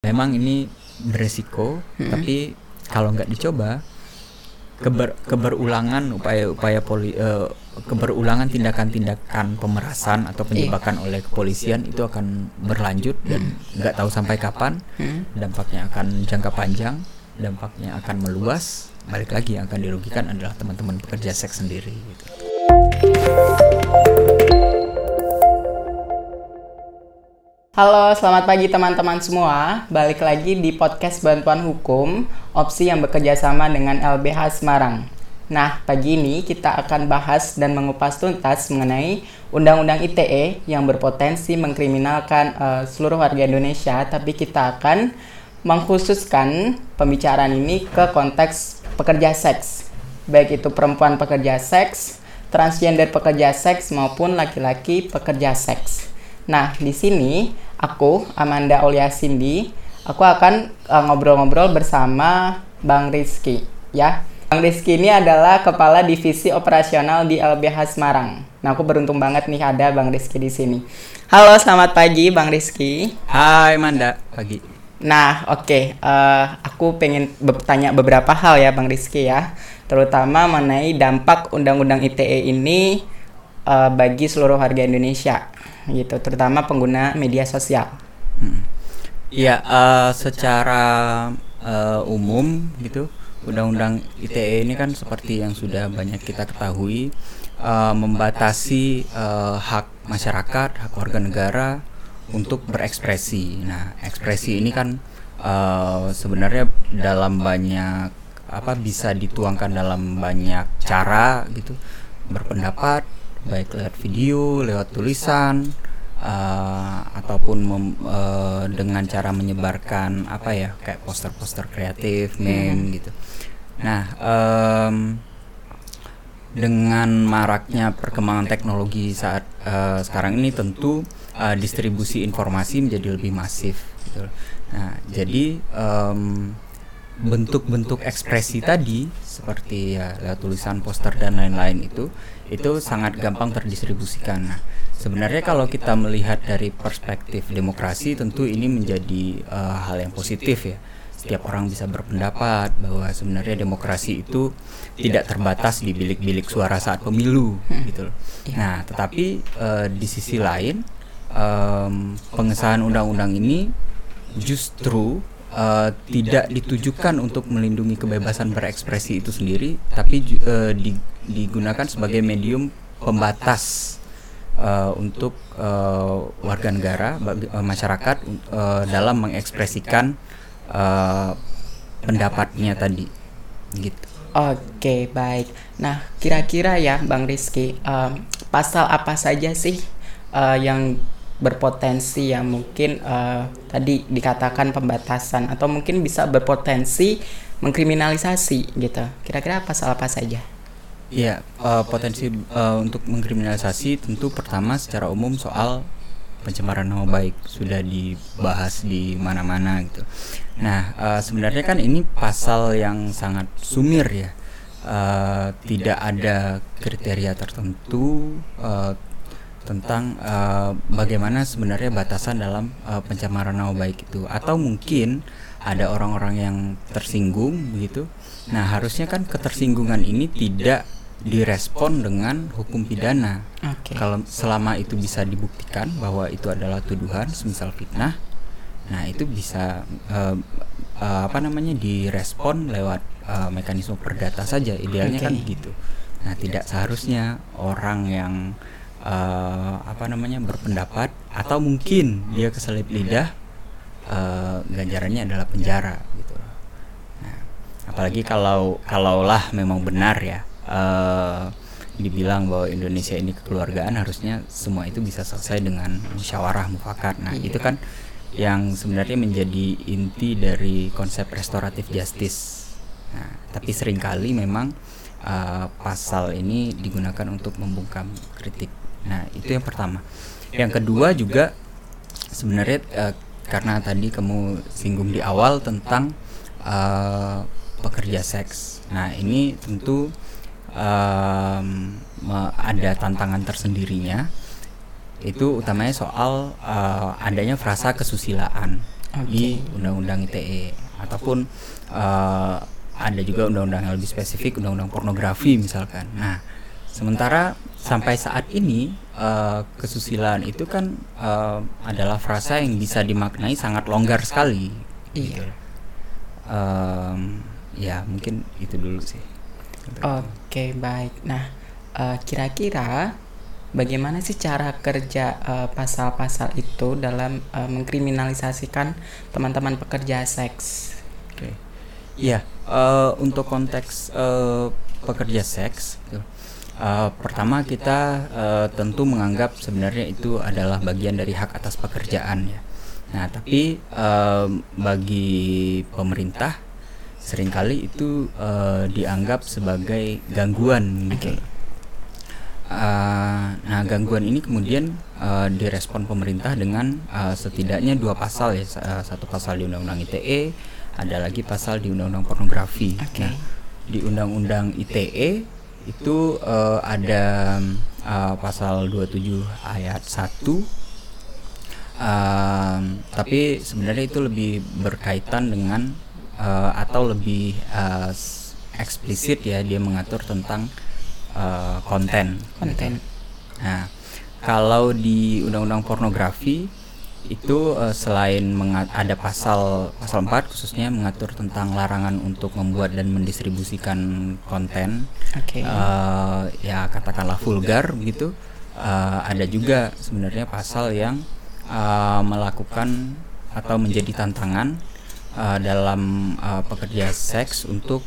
Memang ini beresiko, tapi kalau nggak dicoba, keberulangan keberulangan tindakan-tindakan pemerasan atau penjebakan oleh kepolisian itu akan berlanjut dan nggak tahu sampai kapan. Dampaknya akan jangka panjang, dampaknya akan meluas. Balik lagi yang akan dirugikan adalah teman-teman pekerja seks sendiri gitu. Halo, selamat pagi teman-teman semua. Balik lagi di podcast Bantuan Hukum, opsi yang bekerja sama dengan LBH Semarang. Nah, pagi ini kita akan bahas dan mengupas tuntas mengenai Undang-Undang ITE yang berpotensi mengkriminalkan seluruh warga Indonesia, tapi kita akan mengkhususkan pembicaraan ini ke konteks pekerja seks, baik itu perempuan pekerja seks, transgender pekerja seks, maupun laki-laki pekerja seks. Nah, di sini aku, Amanda Aulia Cindy, aku akan ngobrol-ngobrol bersama Bang Rizky, ya. Bang Rizky ini adalah Kepala Divisi Operasional di LBH Semarang. Nah, aku beruntung banget nih ada Bang Rizky di sini. Halo, selamat pagi Bang Rizky. Hai Amanda, pagi. Nah, oke. Aku pengen bertanya beberapa hal ya Bang Rizky ya. Terutama mengenai dampak Undang-Undang ITE ini bagi seluruh warga Indonesia gitu, terutama pengguna media sosial. Iya, secara umum gitu, Undang-Undang ITE ini kan seperti yang sudah banyak kita ketahui, membatasi hak masyarakat, hak warga negara untuk berekspresi. Nah, ekspresi ini kan sebenarnya dalam banyak bisa dituangkan dalam banyak cara gitu, berpendapat baik lewat video, lewat tulisan, ataupun dengan cara menyebarkan kayak poster-poster kreatif, meme gitu. Nah, dengan maraknya perkembangan teknologi saat sekarang ini tentu distribusi informasi menjadi lebih masif gitu. Nah, jadi bentuk-bentuk ekspresi tadi seperti lewat tulisan, poster dan lain-lain itu sangat gampang terdistribusikan. Nah, sebenarnya kalau kita melihat dari perspektif demokrasi, tentu ini menjadi hal yang positif ya. Setiap orang bisa berpendapat bahwa sebenarnya demokrasi itu tidak terbatas di bilik-bilik suara saat pemilu gitu loh. Nah, tetapi di sisi lain pengesahan undang-undang ini justru tidak ditujukan untuk melindungi kebebasan berekspresi itu sendiri, tapi digunakan sebagai medium pembatas untuk warga negara, masyarakat dalam mengekspresikan pendapatnya tadi, gitu. Oke, baik. Nah, kira-kira ya Bang Rizky, pasal apa saja sih yang berpotensi yang mungkin tadi dikatakan pembatasan atau mungkin bisa berpotensi mengkriminalisasi gitu. Kira-kira pasal apa saja? Iya, potensi untuk mengkriminalisasi tentu pertama secara umum soal pencemaran nama baik sudah dibahas di mana-mana gitu. Nah, sebenarnya kan ini pasal yang sangat sumir ya. Tidak ada kriteria tertentu tentang bagaimana sebenarnya batasan dalam pencemaran nama baik itu, atau mungkin ada orang-orang yang tersinggung begitu. Nah, harusnya kan ketersinggungan ini tidak direspon dengan hukum pidana. Kalau selama itu bisa dibuktikan bahwa itu adalah tuduhan semisal fitnah, nah itu bisa direspon lewat mekanisme perdata saja, idealnya kan begitu. Nah, tidak seharusnya orang yang berpendapat atau mungkin dia keselip lidah ganjarannya adalah penjara gitu. Nah, apalagi kalaulah memang benar ya dibilang bahwa Indonesia ini kekeluargaan, harusnya semua itu bisa selesai dengan musyawarah mufakat. Nah, itu kan yang sebenarnya menjadi inti dari konsep restoratif justice. Nah, tapi seringkali memang pasal ini digunakan untuk membungkam kritik. Nah, itu yang pertama. Yang kedua juga sebenarnya karena tadi kamu singgung di awal tentang pekerja seks. Nah, ini tentu ada tantangan tersendirinya. Itu utamanya soal adanya frasa kesusilaan. di Undang-Undang ITE, ataupun ada juga undang-undang yang lebih spesifik, undang-undang pornografi misalkan. Nah, sementara sampai saat ini kesusilaan itu kan adalah frasa yang bisa dimaknai sangat longgar sekali. Gitu. Ya mungkin itu dulu sih. Oke, baik. Nah, kira-kira bagaimana sih cara kerja pasal-pasal itu dalam mengkriminalisasikan teman-teman pekerja seks? Oke. Iya, untuk konteks pekerja seks, pertama kita tentu menganggap sebenarnya itu adalah bagian dari hak atas pekerjaan ya. Nah, tapi bagi pemerintah seringkali itu dianggap sebagai gangguan gitu. Nah, gangguan ini kemudian direspon pemerintah dengan setidaknya 2 pasal ya, satu pasal di Undang-Undang ITE, ada lagi pasal di Undang-Undang pornografi. Nah, di Undang-Undang ITE itu ada pasal 27 ayat 1, tapi sebenarnya itu lebih berkaitan dengan atau lebih eksplisit ya, dia mengatur tentang konten. Nah, kalau di Undang-Undang pornografi itu selain ada pasal 4 khususnya mengatur tentang larangan untuk membuat dan mendistribusikan konten, ya katakanlah vulgar begitu. Ada juga sebenarnya pasal yang melakukan atau menjadi tantangan dalam pekerja seks untuk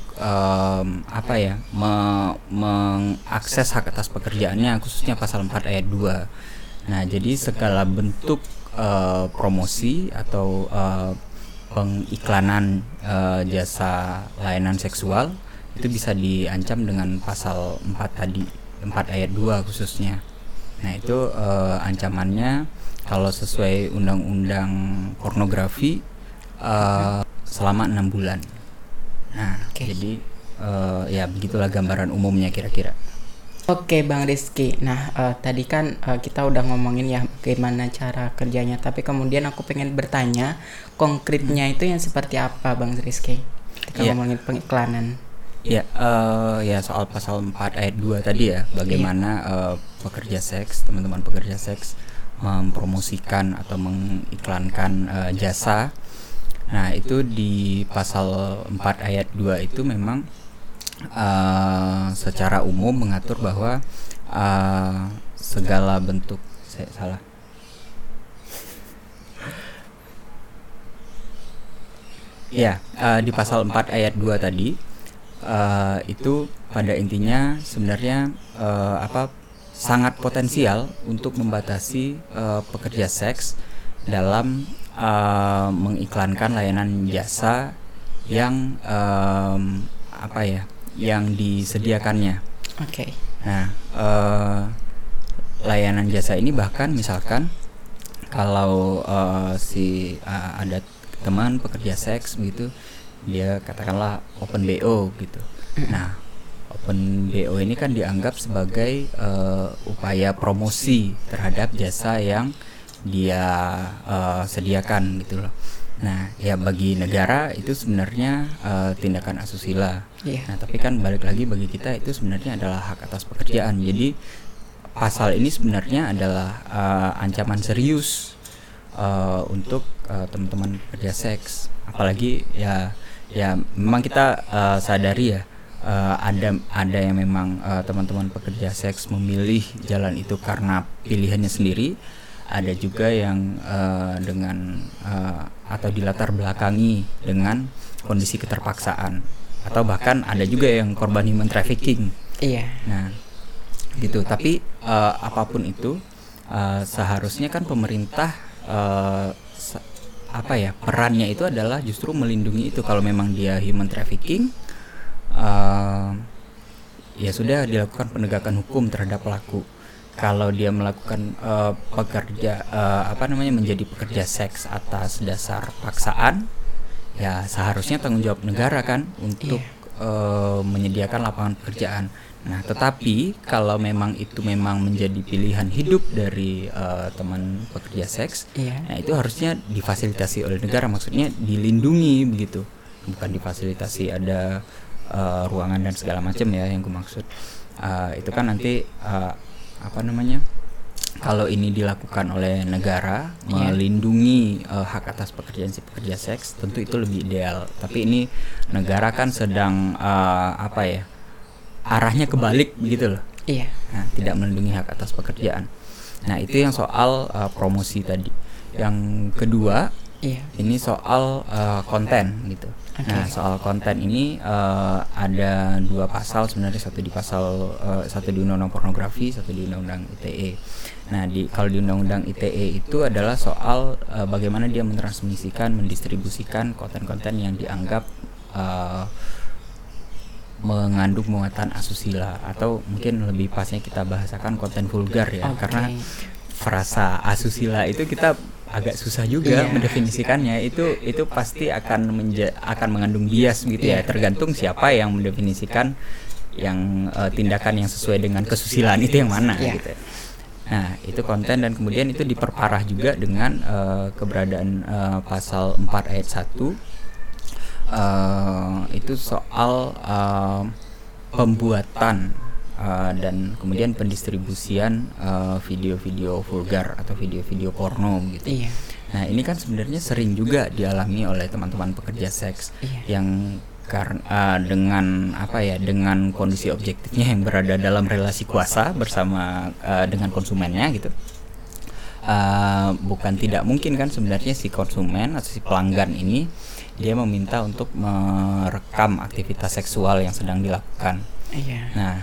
mengakses hak atas pekerjaannya, khususnya pasal 4 ayat 2. Nah, jadi segala bentuk promosi atau pengiklanan jasa layanan seksual itu bisa diancam dengan pasal 4 tadi, 4 ayat 2 khususnya. Nah, itu ancamannya kalau sesuai undang-undang pornografi selama 6 bulan. Nah, jadi ya begitulah gambaran umumnya kira-kira. Oke, Bang Rizky. Nah, tadi kan kita udah ngomongin ya bagaimana cara kerjanya, tapi kemudian aku pengen bertanya konkretnya itu yang seperti apa, Bang Rizky? Ketika ngomongin pengiklanan. Ya, soal pasal 4 ayat 2 tadi ya, bagaimana pekerja seks, teman-teman pekerja seks mempromosikan atau mengiklankan jasa. Nah, itu di pasal 4 ayat 2 itu memang secara umum mengatur bahwa segala bentuk di pasal 4 ayat 2 tadi itu pada intinya sebenarnya sangat potensial untuk membatasi pekerja seks dalam mengiklankan layanan jasa yang yang disediakannya. Nah, layanan jasa ini bahkan misalkan kalau ada teman pekerja seks begitu, dia katakanlah open BO gitu. Nah, open BO ini kan dianggap sebagai upaya promosi terhadap jasa yang dia sediakan gitu loh. Nah, ya bagi negara itu sebenarnya tindakan asusila. Nah, tapi kan balik lagi bagi kita itu sebenarnya adalah hak atas pekerjaan. Jadi pasal ini sebenarnya adalah ancaman serius untuk teman-teman pekerja seks. Apalagi ya memang kita sadari ya ada yang memang teman-teman pekerja seks memilih jalan itu karena pilihannya sendiri. Ada juga yang dengan atau dilatar belakangi dengan kondisi keterpaksaan, atau bahkan ada juga yang korban human trafficking. Nah, gitu. Tapi apapun itu seharusnya kan pemerintah perannya itu adalah justru melindungi itu. Kalau memang dia human trafficking, ya sudah dilakukan penegakan hukum terhadap pelaku. Kalau dia melakukan menjadi pekerja seks atas dasar paksaan, ya seharusnya tanggung jawab negara kan untuk menyediakan lapangan pekerjaan. Nah, tetapi kalau memang itu memang menjadi pilihan hidup dari teman pekerja seks, nah itu harusnya difasilitasi oleh negara, maksudnya dilindungi begitu, bukan difasilitasi ada ruangan dan segala macam ya yang gue maksud. Itu kan nanti kalau ini dilakukan oleh negara melindungi hak atas pekerjaan si pekerja seks, tentu itu lebih ideal. Tapi ini negara kan sedang arahnya kebalik begitu loh. Iya. Nah, tidak melindungi hak atas pekerjaan. Nah, itu yang soal promosi tadi. Yang kedua, ini soal konten gitu. Okay. Nah, soal konten ini ada 2 pasal sebenarnya, satu di Undang-Undang Pornografi, satu di Undang-Undang ITE. Nah, kalau di Undang-Undang ITE itu adalah soal bagaimana dia mentransmisikan, mendistribusikan konten-konten yang dianggap mengandung muatan asusila, atau mungkin lebih pasnya kita bahasakan konten vulgar ya. Karena frasa asusila itu kita agak susah juga mendefinisikannya. Itu pasti akan mengandung bias gitu ya, tergantung siapa yang mendefinisikan yang tindakan yang sesuai dengan kesusilaan itu yang mana gitu. Nah, itu konten, dan kemudian itu diperparah juga dengan keberadaan pasal 4 ayat 1. Itu soal pembuatan dan kemudian pendistribusian video-video vulgar atau video-video porno gitu. Nah, ini kan sebenarnya sering juga dialami oleh teman-teman pekerja seks yang dengan kondisi objektifnya yang berada dalam relasi kuasa bersama dengan konsumennya gitu. Bukan tidak mungkin kan sebenarnya si konsumen atau si pelanggan ini dia meminta untuk merekam aktivitas seksual yang sedang dilakukan. Nah,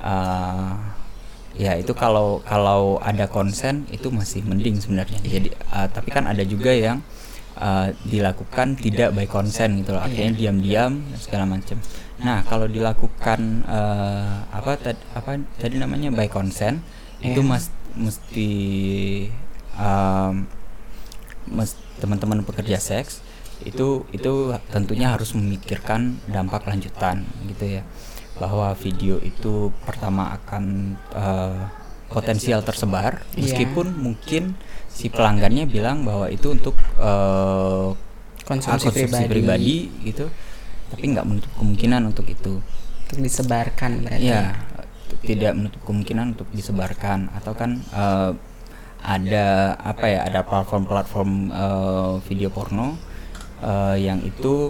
ya itu kalau ada konsen itu masih mending sebenarnya. Jadi tapi kan ada juga yang dilakukan tidak by consent gitu loh, akhirnya diam-diam dan segala macam. Nah, kalau dilakukan tadi namanya by consent, itu mesti teman-teman pekerja seks itu tentunya harus memikirkan dampak lanjutan gitu ya, bahwa video itu pertama akan potensial tersebar, meskipun mungkin si pelanggannya bilang bahwa itu untuk konsumsi pribadi gitu, tapi nggak menutup kemungkinan untuk disebarkan berarti. Ya, tidak menutup kemungkinan untuk disebarkan. Atau kan ada platform video porno yang itu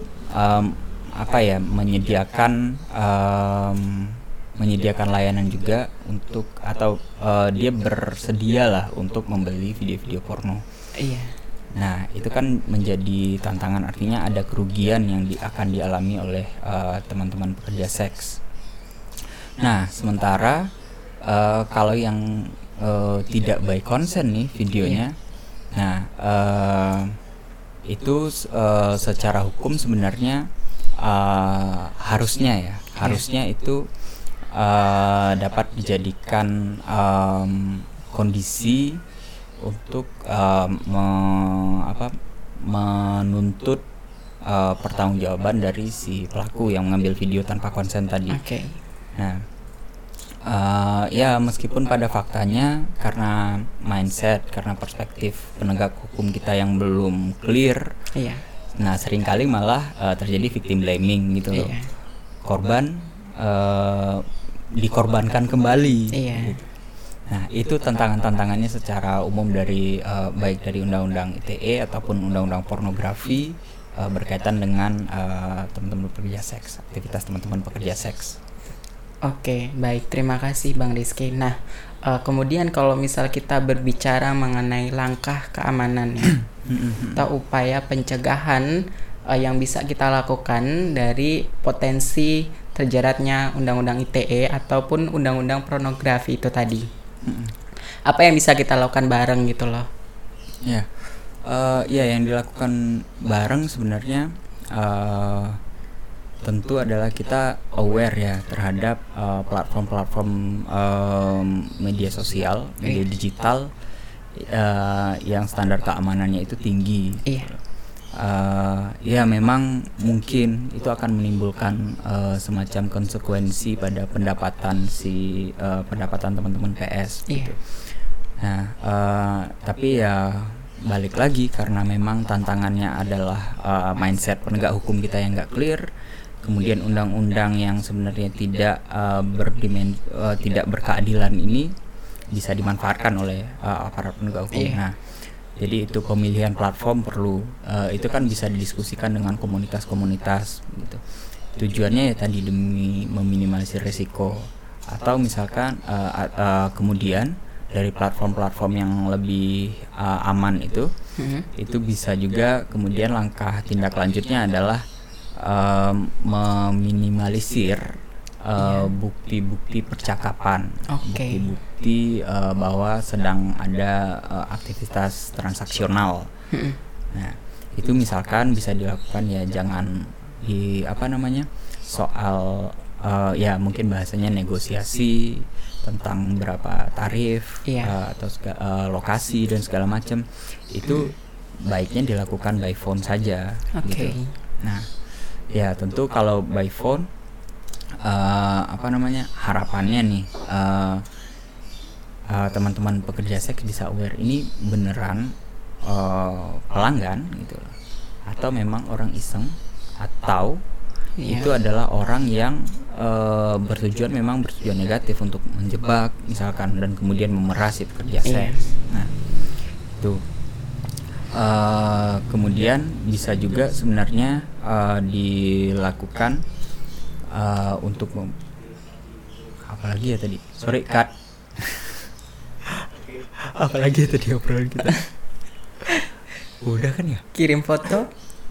menyediakan layanan juga untuk, atau dia bersedia lah untuk membeli video-video porno. Nah, itu kan menjadi tantangan, artinya ada kerugian yang akan dialami oleh teman-teman pekerja seks. Nah, sementara kalau yang tidak by consent nih videonya, nah itu secara hukum sebenarnya harusnya itu dapat dijadikan kondisi untuk menuntut pertanggungjawaban dari si pelaku yang mengambil video tanpa konsen tadi. Nah, ya meskipun pada faktanya karena mindset, karena perspektif penegak hukum kita yang belum clear, nah seringkali malah terjadi victim blaming gitu loh. Korban dikorbankan kembali. Gitu. Nah, itu tantangannya secara umum dari baik dari Undang-Undang ITE ataupun Undang-Undang Pornografi berkaitan dengan teman-teman pekerja seks, aktivitas teman-teman pekerja seks. Oke, baik, terima kasih Bang Rizky. Nah, kemudian kalau misal kita berbicara mengenai langkah keamanan atau upaya pencegahan yang bisa kita lakukan dari potensi terjeratnya Undang-Undang ITE ataupun Undang-Undang Pornografi itu tadi, apa yang bisa kita lakukan bareng gitu loh? Ya, yang dilakukan bareng sebenarnya tentu adalah kita aware ya terhadap platform-platform media sosial, media digital yang standar keamanannya itu tinggi. ya memang mungkin itu akan menimbulkan semacam konsekuensi pada pendapatan pendapatan teman-teman PS gitu. Nah, tapi ya balik lagi karena memang tantangannya adalah mindset penegak hukum kita yang nggak clear, kemudian undang-undang yang sebenarnya tidak tidak berkeadilan ini bisa dimanfaatkan oleh aparat penegak hukum. Nah, jadi itu pemilihan platform perlu itu kan bisa didiskusikan dengan komunitas-komunitas gitu. Tujuannya ya tadi demi meminimalisir risiko, atau misalkan kemudian dari platform-platform yang lebih aman itu bisa juga kemudian langkah tindak lanjutnya adalah meminimalisir bukti-bukti percakapan, bukti-bukti bahwa sedang ada aktivitas transaksional. Nah, itu misalkan bisa dilakukan ya jangan soal ya mungkin bahasanya negosiasi tentang berapa tarif atau lokasi dan segala macam, itu baiknya dilakukan by phone saja gitu. Nah, ya tentu kalau by phone harapannya nih teman-teman pekerja seks bisa aware ini beneran pelanggan gitu loh, atau memang orang iseng, atau itu adalah orang yang bertujuan negatif untuk menjebak misalkan dan kemudian memeras si pekerja seks. Nah, itu kemudian bisa juga sebenarnya dilakukan untuk apalagi ya tadi, sorry cut apalagi ya tadi obrolan kita udah kan ya, kirim foto.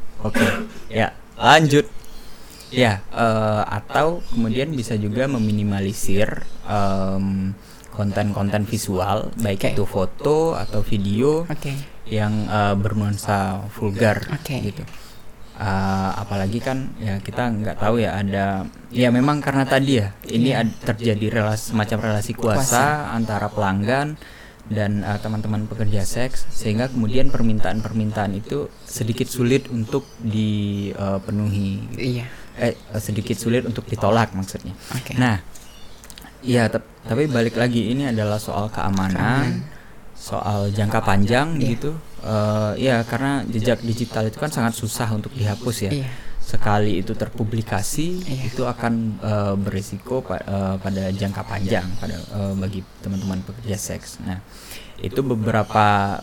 Ya lanjut ya, atau kemudian bisa juga meminimalisir konten-konten visual baik itu foto atau video yang bernuansa vulgar gitu. Apalagi kan ya kita nggak tahu ya, ada ya memang karena tadi ya ini terjadi semacam relasi kuasa antara pelanggan dan teman-teman pekerja seks, sehingga kemudian permintaan itu sedikit sulit untuk dipenuhi gitu. Sedikit sulit untuk ditolak maksudnya. Nah ya tapi balik lagi ini adalah soal keamanan, soal jangka panjang gitu. Ya karena jejak digital itu kan sangat susah untuk dihapus ya. Sekali itu terpublikasi itu akan berisiko pada jangka panjang bagi teman-teman pekerja seks. Nah, itu beberapa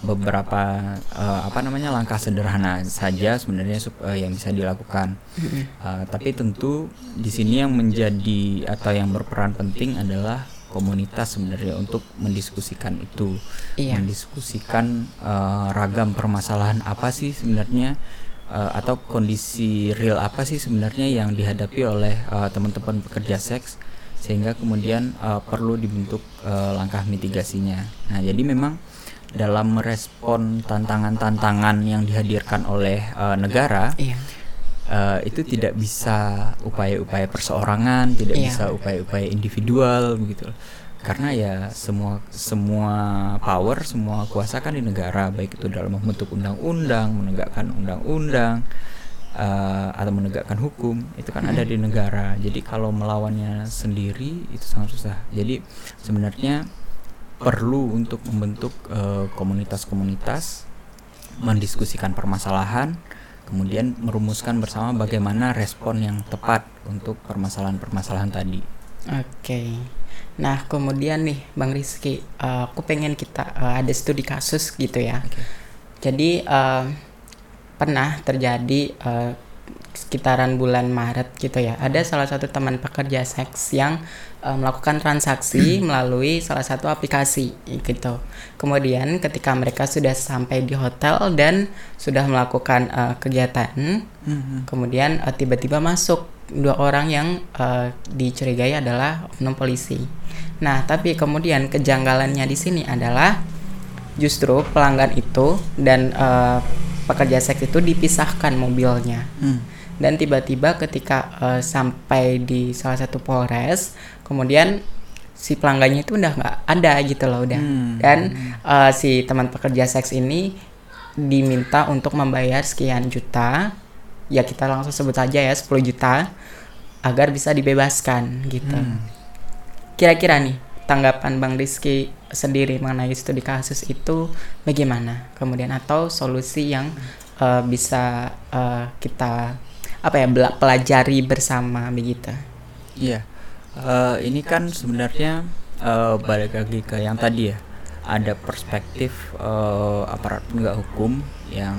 langkah sederhana saja sebenarnya yang bisa dilakukan. Tapi tentu di sini yang menjadi atau yang berperan penting adalah komunitas sebenarnya untuk mendiskusikan itu, mendiskusikan ragam permasalahan apa sih sebenarnya, atau kondisi real apa sih sebenarnya yang dihadapi oleh teman-teman pekerja seks, sehingga kemudian perlu dibentuk langkah mitigasinya. Nah, jadi memang dalam merespon tantangan-tantangan yang dihadirkan oleh negara, itu tidak bisa upaya-upaya perseorangan, tidak bisa upaya-upaya individual begitu. Karena ya semua power, semua kuasa kan di negara, baik itu dalam membentuk undang-undang, menegakkan undang-undang, atau menegakkan hukum, itu kan ada di negara. Jadi kalau melawannya sendiri itu sangat susah. Jadi sebenarnya perlu untuk membentuk komunitas-komunitas, mendiskusikan permasalahan, kemudian merumuskan bersama bagaimana respon yang tepat untuk permasalahan-permasalahan tadi. Nah, kemudian nih Bang Rizky, aku pengen kita ada studi kasus gitu ya. Jadi pernah terjadi sekitaran bulan Maret gitu ya, ada salah satu teman pekerja seks yang melakukan transaksi melalui salah satu aplikasi gitu. Kemudian ketika mereka sudah sampai di hotel dan sudah melakukan kegiatan, kemudian tiba-tiba masuk 2 orang yang dicurigai adalah oknum polisi. Nah, tapi kemudian kejanggalannya di sini adalah justru pelanggan itu dan pekerja seks itu dipisahkan mobilnya. Dan tiba-tiba ketika sampai di salah satu polres, kemudian si pelanggannya itu udah nggak ada gitu loh udah. Dan si teman pekerja seks ini diminta untuk membayar sekian juta, ya kita langsung sebut aja ya 10 juta agar bisa dibebaskan gitu. Kira-kira nih tanggapan Bang Rizky sendiri mengenai studi kasus itu bagaimana? Kemudian atau solusi yang bisa kita pelajari bersama begitu? Iya, ini kan sebenarnya balik lagi ke yang tadi ya, ada perspektif aparat penegak hukum yang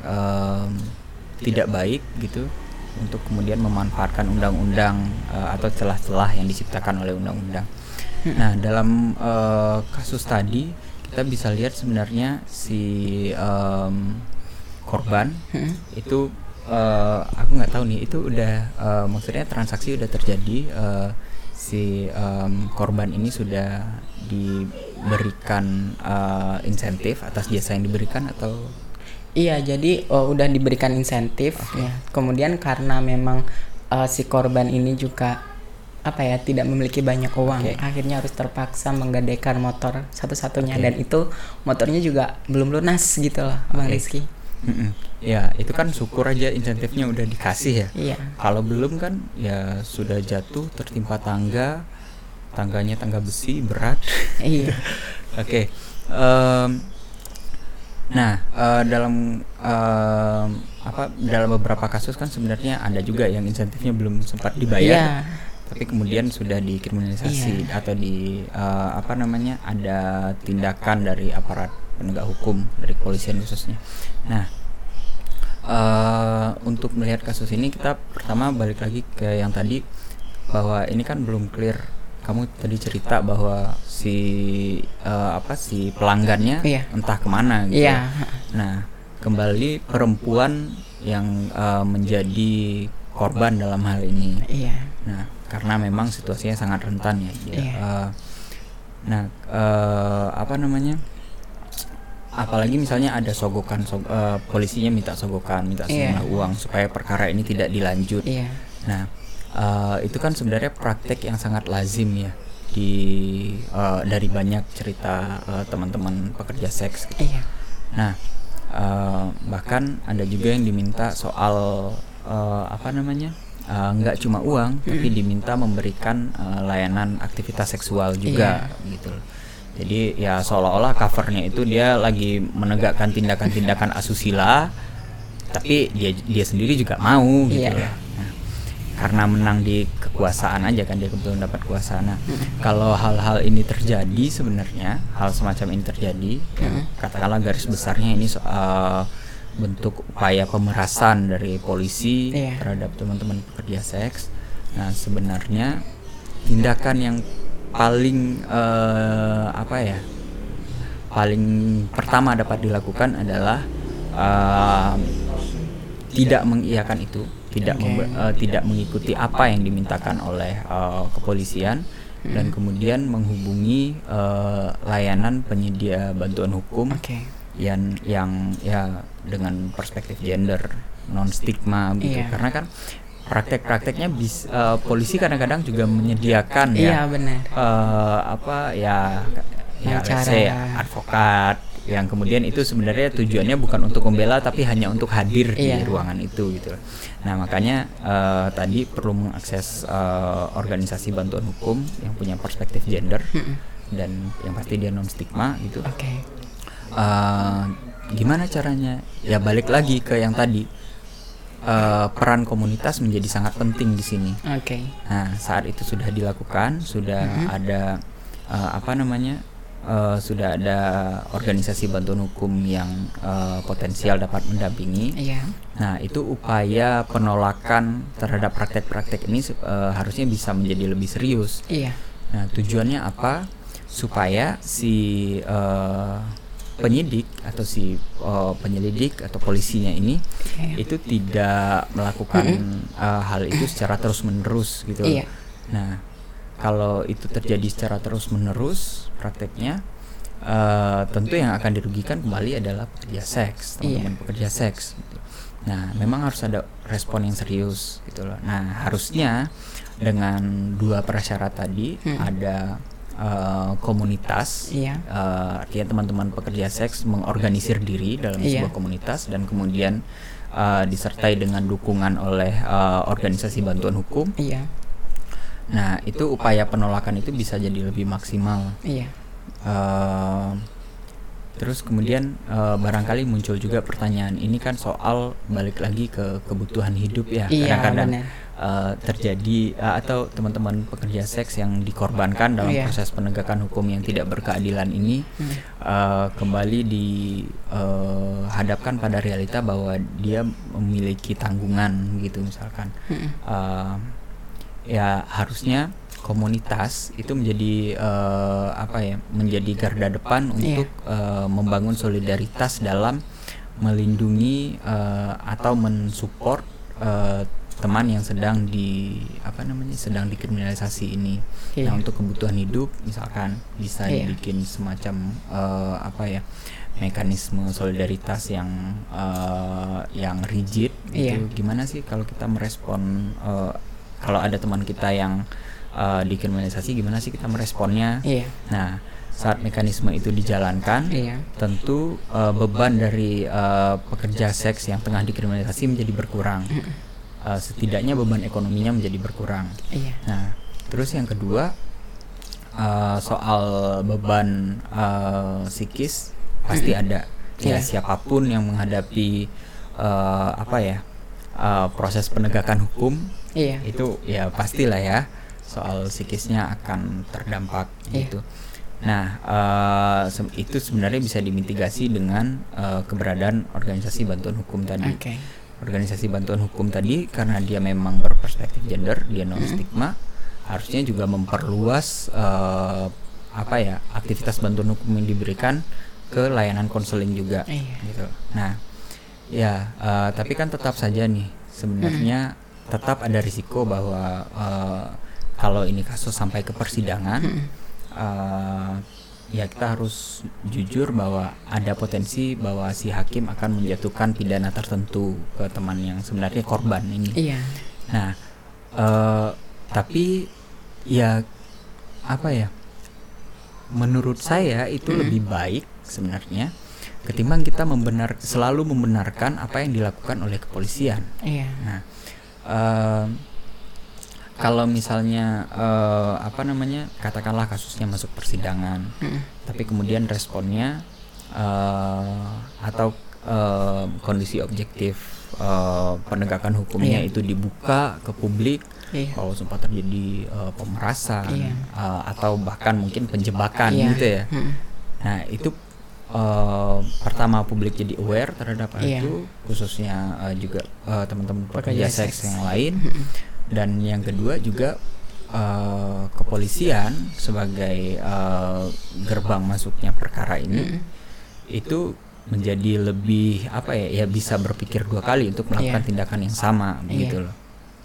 tidak baik gitu untuk kemudian memanfaatkan undang-undang atau celah-celah yang diciptakan oleh undang-undang. Nah, dalam kasus tadi kita bisa lihat sebenarnya si korban itu aku nggak tahu nih, itu udah maksudnya transaksi udah terjadi, si korban ini sudah diberikan insentif atas jasa yang diberikan atau? Iya, jadi udah diberikan insentif ya. Kemudian karena memang si korban ini juga tidak memiliki banyak uang, akhirnya harus terpaksa menggadaikan motor satu-satunya, dan itu motornya juga belum lunas gitu loh, Bang Rizky. Ya, itu kan syukur aja insentifnya udah dikasih ya. Iya. Kalau belum kan ya sudah jatuh tertimpa tangganya tangga besi berat. Iya. Oke. Nah, dalam dalam beberapa kasus kan sebenarnya ada juga yang insentifnya belum sempat dibayar, tapi kemudian sudah dikriminalisasi atau ada tindakan dari aparat penegak hukum, dari kepolisian khususnya. Nah, untuk melihat kasus ini kita pertama balik lagi ke yang tadi, bahwa ini kan belum clear. Kamu tadi cerita bahwa si pelanggannya entah kemana gitu. Nah, kembali perempuan yang menjadi korban dalam hal ini. Nah, karena memang situasinya sangat rentan ya. Apalagi misalnya ada sogokan, polisinya minta sogokan, minta sejumlah uang supaya perkara ini tidak dilanjut. Nah, itu kan sebenarnya praktek yang sangat lazim ya dari banyak cerita teman-teman pekerja seks gitu. Nah, bahkan ada juga yang diminta soal nggak cuma uang, tapi diminta memberikan layanan aktivitas seksual juga gitu. Jadi ya seolah-olah covernya itu dia lagi menegakkan tindakan-tindakan asusila, tapi dia sendiri juga mau gitu ya. Nah, karena menang di kekuasaan aja kan, dia kebetulan dapat kuasa. Nah, kalau hal-hal ini terjadi, sebenarnya hal semacam ini terjadi, katakanlah garis besarnya ini soal bentuk upaya pemerasan dari polisi terhadap teman-teman pekerja seks. Nah, sebenarnya tindakan yang paling paling pertama dapat dilakukan adalah tidak mengiyakan itu, tidak mengikuti apa yang dimintakan oleh kepolisian, dan kemudian menghubungi layanan penyedia bantuan hukum yang ya dengan perspektif gender, non stigma gitu. Karena kan praktek-prakteknya polisi kadang-kadang juga menyediakan advokat yang kemudian itu sebenarnya tujuannya bukan untuk membela, tapi hanya untuk hadir di ruangan itu gitu. Nah, makanya tadi perlu mengakses organisasi bantuan hukum yang punya perspektif gender dan yang pasti dia non stigma gitu. Gimana caranya? Ya balik lagi ke yang tadi, peran komunitas menjadi sangat penting di sini. Nah, saat itu sudah dilakukan, sudah ada sudah ada organisasi bantuan hukum yang potensial dapat mendampingi. Nah, itu upaya penolakan terhadap praktek-praktek ini harusnya bisa menjadi lebih serius. Nah, tujuannya apa? Supaya si penyidik atau si penyelidik atau polisinya ini itu tidak melakukan hal itu secara terus-menerus gitu. Nah, kalau itu terjadi secara terus-menerus prakteknya, tentu yang akan dirugikan kembali adalah pekerja seks, teman-teman pekerja seks gitu. Nah, memang harus ada respon yang serius gitu loh. Nah, harusnya dengan dua prasyarat tadi, ada komunitas. Iya. Artinya teman-teman pekerja seks mengorganisir diri dalam sebuah komunitas dan kemudian disertai dengan dukungan oleh organisasi bantuan hukum. Iya. Nah, itu upaya penolakan itu bisa jadi lebih maksimal. Iya. Terus kemudian barangkali muncul juga pertanyaan, ini kan soal balik lagi ke kebutuhan hidup ya. Kadang-kadang terjadi atau teman-teman pekerja seks yang dikorbankan dalam proses penegakan hukum yang tidak berkeadilan ini kembali dihadapkan pada realita bahwa dia memiliki tanggungan gitu misalkan. Ya harusnya komunitas itu menjadi menjadi garda depan untuk membangun solidaritas dalam melindungi atau mensupport teman yang sedang sedang dikriminalisasi ini. Nah, untuk kebutuhan hidup misalkan bisa dibikin semacam mekanisme solidaritas yang rigid gitu. Gimana sih kalau kita merespon kalau ada teman kita yang dikriminalisasi, gimana sih kita meresponnya? Nah, saat mekanisme itu dijalankan, tentu beban dari pekerja seks yang tengah dikriminalisasi menjadi berkurang. Setidaknya beban ekonominya menjadi berkurang. Nah, terus yang kedua soal beban psikis pasti ada. Ya siapapun yang menghadapi proses penegakan hukum itu ya pastilah ya soal psikisnya akan terdampak gitu. Nah, itu sebenarnya bisa dimitigasi dengan keberadaan organisasi bantuan hukum tadi. Organisasi bantuan hukum tadi karena dia memang berperspektif gender, dia non stigma, harusnya juga memperluas aktivitas bantuan hukum yang diberikan ke layanan konseling juga gitu. Nah, tapi kan tetap saja nih sebenarnya tetap ada risiko bahwa kalau ini kasus sampai ke persidangan, ya kita harus jujur bahwa ada potensi bahwa si hakim akan menjatuhkan pidana tertentu ke teman yang sebenarnya korban ini. Nah, tapi menurut saya itu lebih baik sebenarnya ketimbang kita selalu membenarkan apa yang dilakukan oleh kepolisian. Nah, kalau misalnya katakanlah kasusnya masuk persidangan, tapi kemudian responnya atau kondisi objektif penegakan hukumnya itu dibuka ke publik, kalau sempat terjadi pemerasan atau bahkan mungkin penjebakan gitu ya. Nah, itu pertama publik jadi aware terhadap itu, khususnya juga teman-teman pekerja seks yang lain. Dan yang kedua juga kepolisian sebagai gerbang masuknya perkara ini itu menjadi lebih bisa berpikir dua kali untuk melakukan tindakan yang sama begitu loh.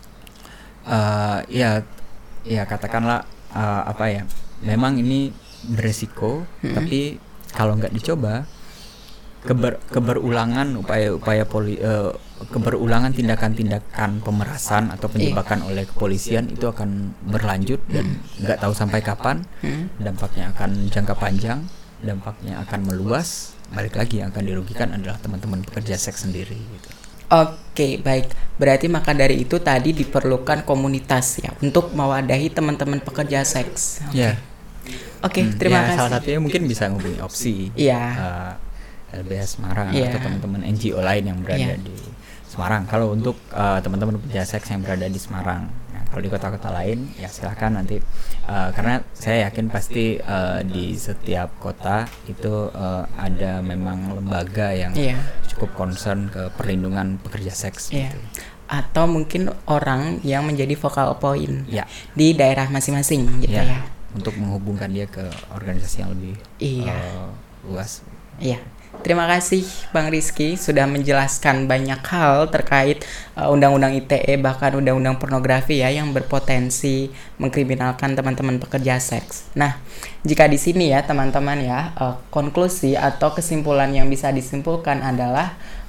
Katakanlah memang ini beresiko, tapi kalau nggak dicoba keberulangan keberulangan tindakan-tindakan pemerasan atau penjebakan oleh kepolisian itu akan berlanjut dan nggak tahu sampai kapan. Dampaknya akan jangka panjang, dampaknya akan meluas. Balik lagi yang akan dirugikan adalah teman-teman pekerja seks sendiri gitu. Oke, baik. Berarti maka dari itu tadi diperlukan komunitas ya untuk mewadahi teman-teman pekerja seks. Oke, terima kasih. Salah satunya mungkin bisa ngubungi Opsi. LBH Semarang atau teman-teman NGO lain yang berada di Semarang. Kalau untuk teman-teman pekerja seks yang berada di Semarang, nah, kalau di kota-kota lain ya silahkan nanti karena saya yakin pasti di setiap kota itu ada memang lembaga yang cukup concern ke perlindungan pekerja seks gitu. Atau mungkin orang yang menjadi focal point di daerah masing-masing gitu ya. Untuk menghubungkan dia ke organisasi yang lebih luas. Terima kasih Bang Rizky sudah menjelaskan banyak hal terkait Undang-Undang ITE bahkan Undang-Undang Pornografi ya yang berpotensi mengkriminalkan teman-teman pekerja seks. Nah, jika di sini ya teman-teman ya konklusi atau kesimpulan yang bisa disimpulkan adalah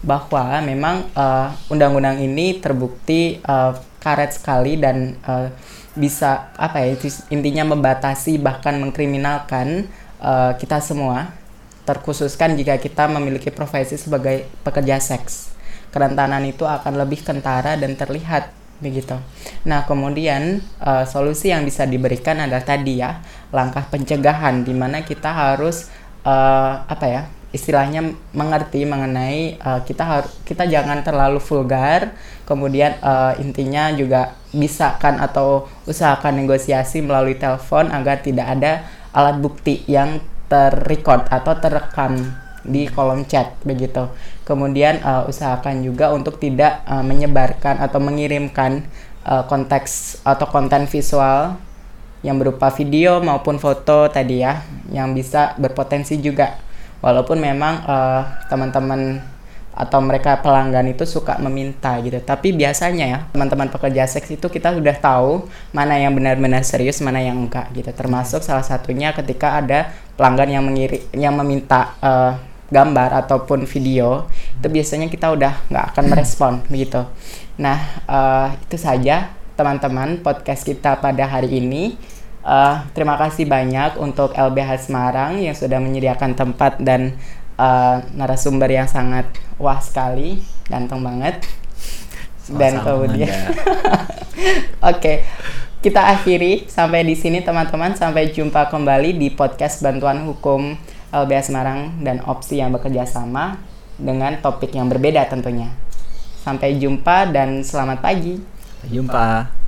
bahwa memang undang-undang ini terbukti karet sekali dan bisa intinya membatasi bahkan mengkriminalkan kita semua, terkhususkan jika kita memiliki profesi sebagai pekerja seks. Kerentanan itu akan lebih kentara dan terlihat begitu. Nah, kemudian solusi yang bisa diberikan adalah tadi ya, langkah pencegahan di mana kita harus istilahnya mengerti mengenai kita jangan terlalu vulgar, kemudian intinya juga bisakan atau usahakan negosiasi melalui telepon agar tidak ada alat bukti yang terrecord atau terekam di kolom chat begitu. Kemudian usahakan juga untuk tidak menyebarkan atau mengirimkan konteks atau konten visual yang berupa video maupun foto tadi ya, yang bisa berpotensi juga. Walaupun memang teman-teman atau mereka pelanggan itu suka meminta gitu, tapi biasanya ya teman-teman pekerja seks itu kita sudah tahu mana yang benar-benar serius, mana yang enggak gitu. Termasuk salah satunya ketika ada pelanggan yang meminta gambar ataupun video, itu biasanya kita udah nggak akan merespon begitu. Nah, itu saja teman-teman podcast kita pada hari ini. Terima kasih banyak untuk LBH Semarang yang sudah menyediakan tempat dan narasumber yang sangat wah sekali, ganteng banget. Dan kemudian Oke, kita akhiri sampai di sini teman-teman. Sampai jumpa kembali di podcast Bantuan Hukum LBH Semarang dan Opsi yang bekerja sama dengan topik yang berbeda tentunya. Sampai jumpa dan selamat pagi. Sampai jumpa.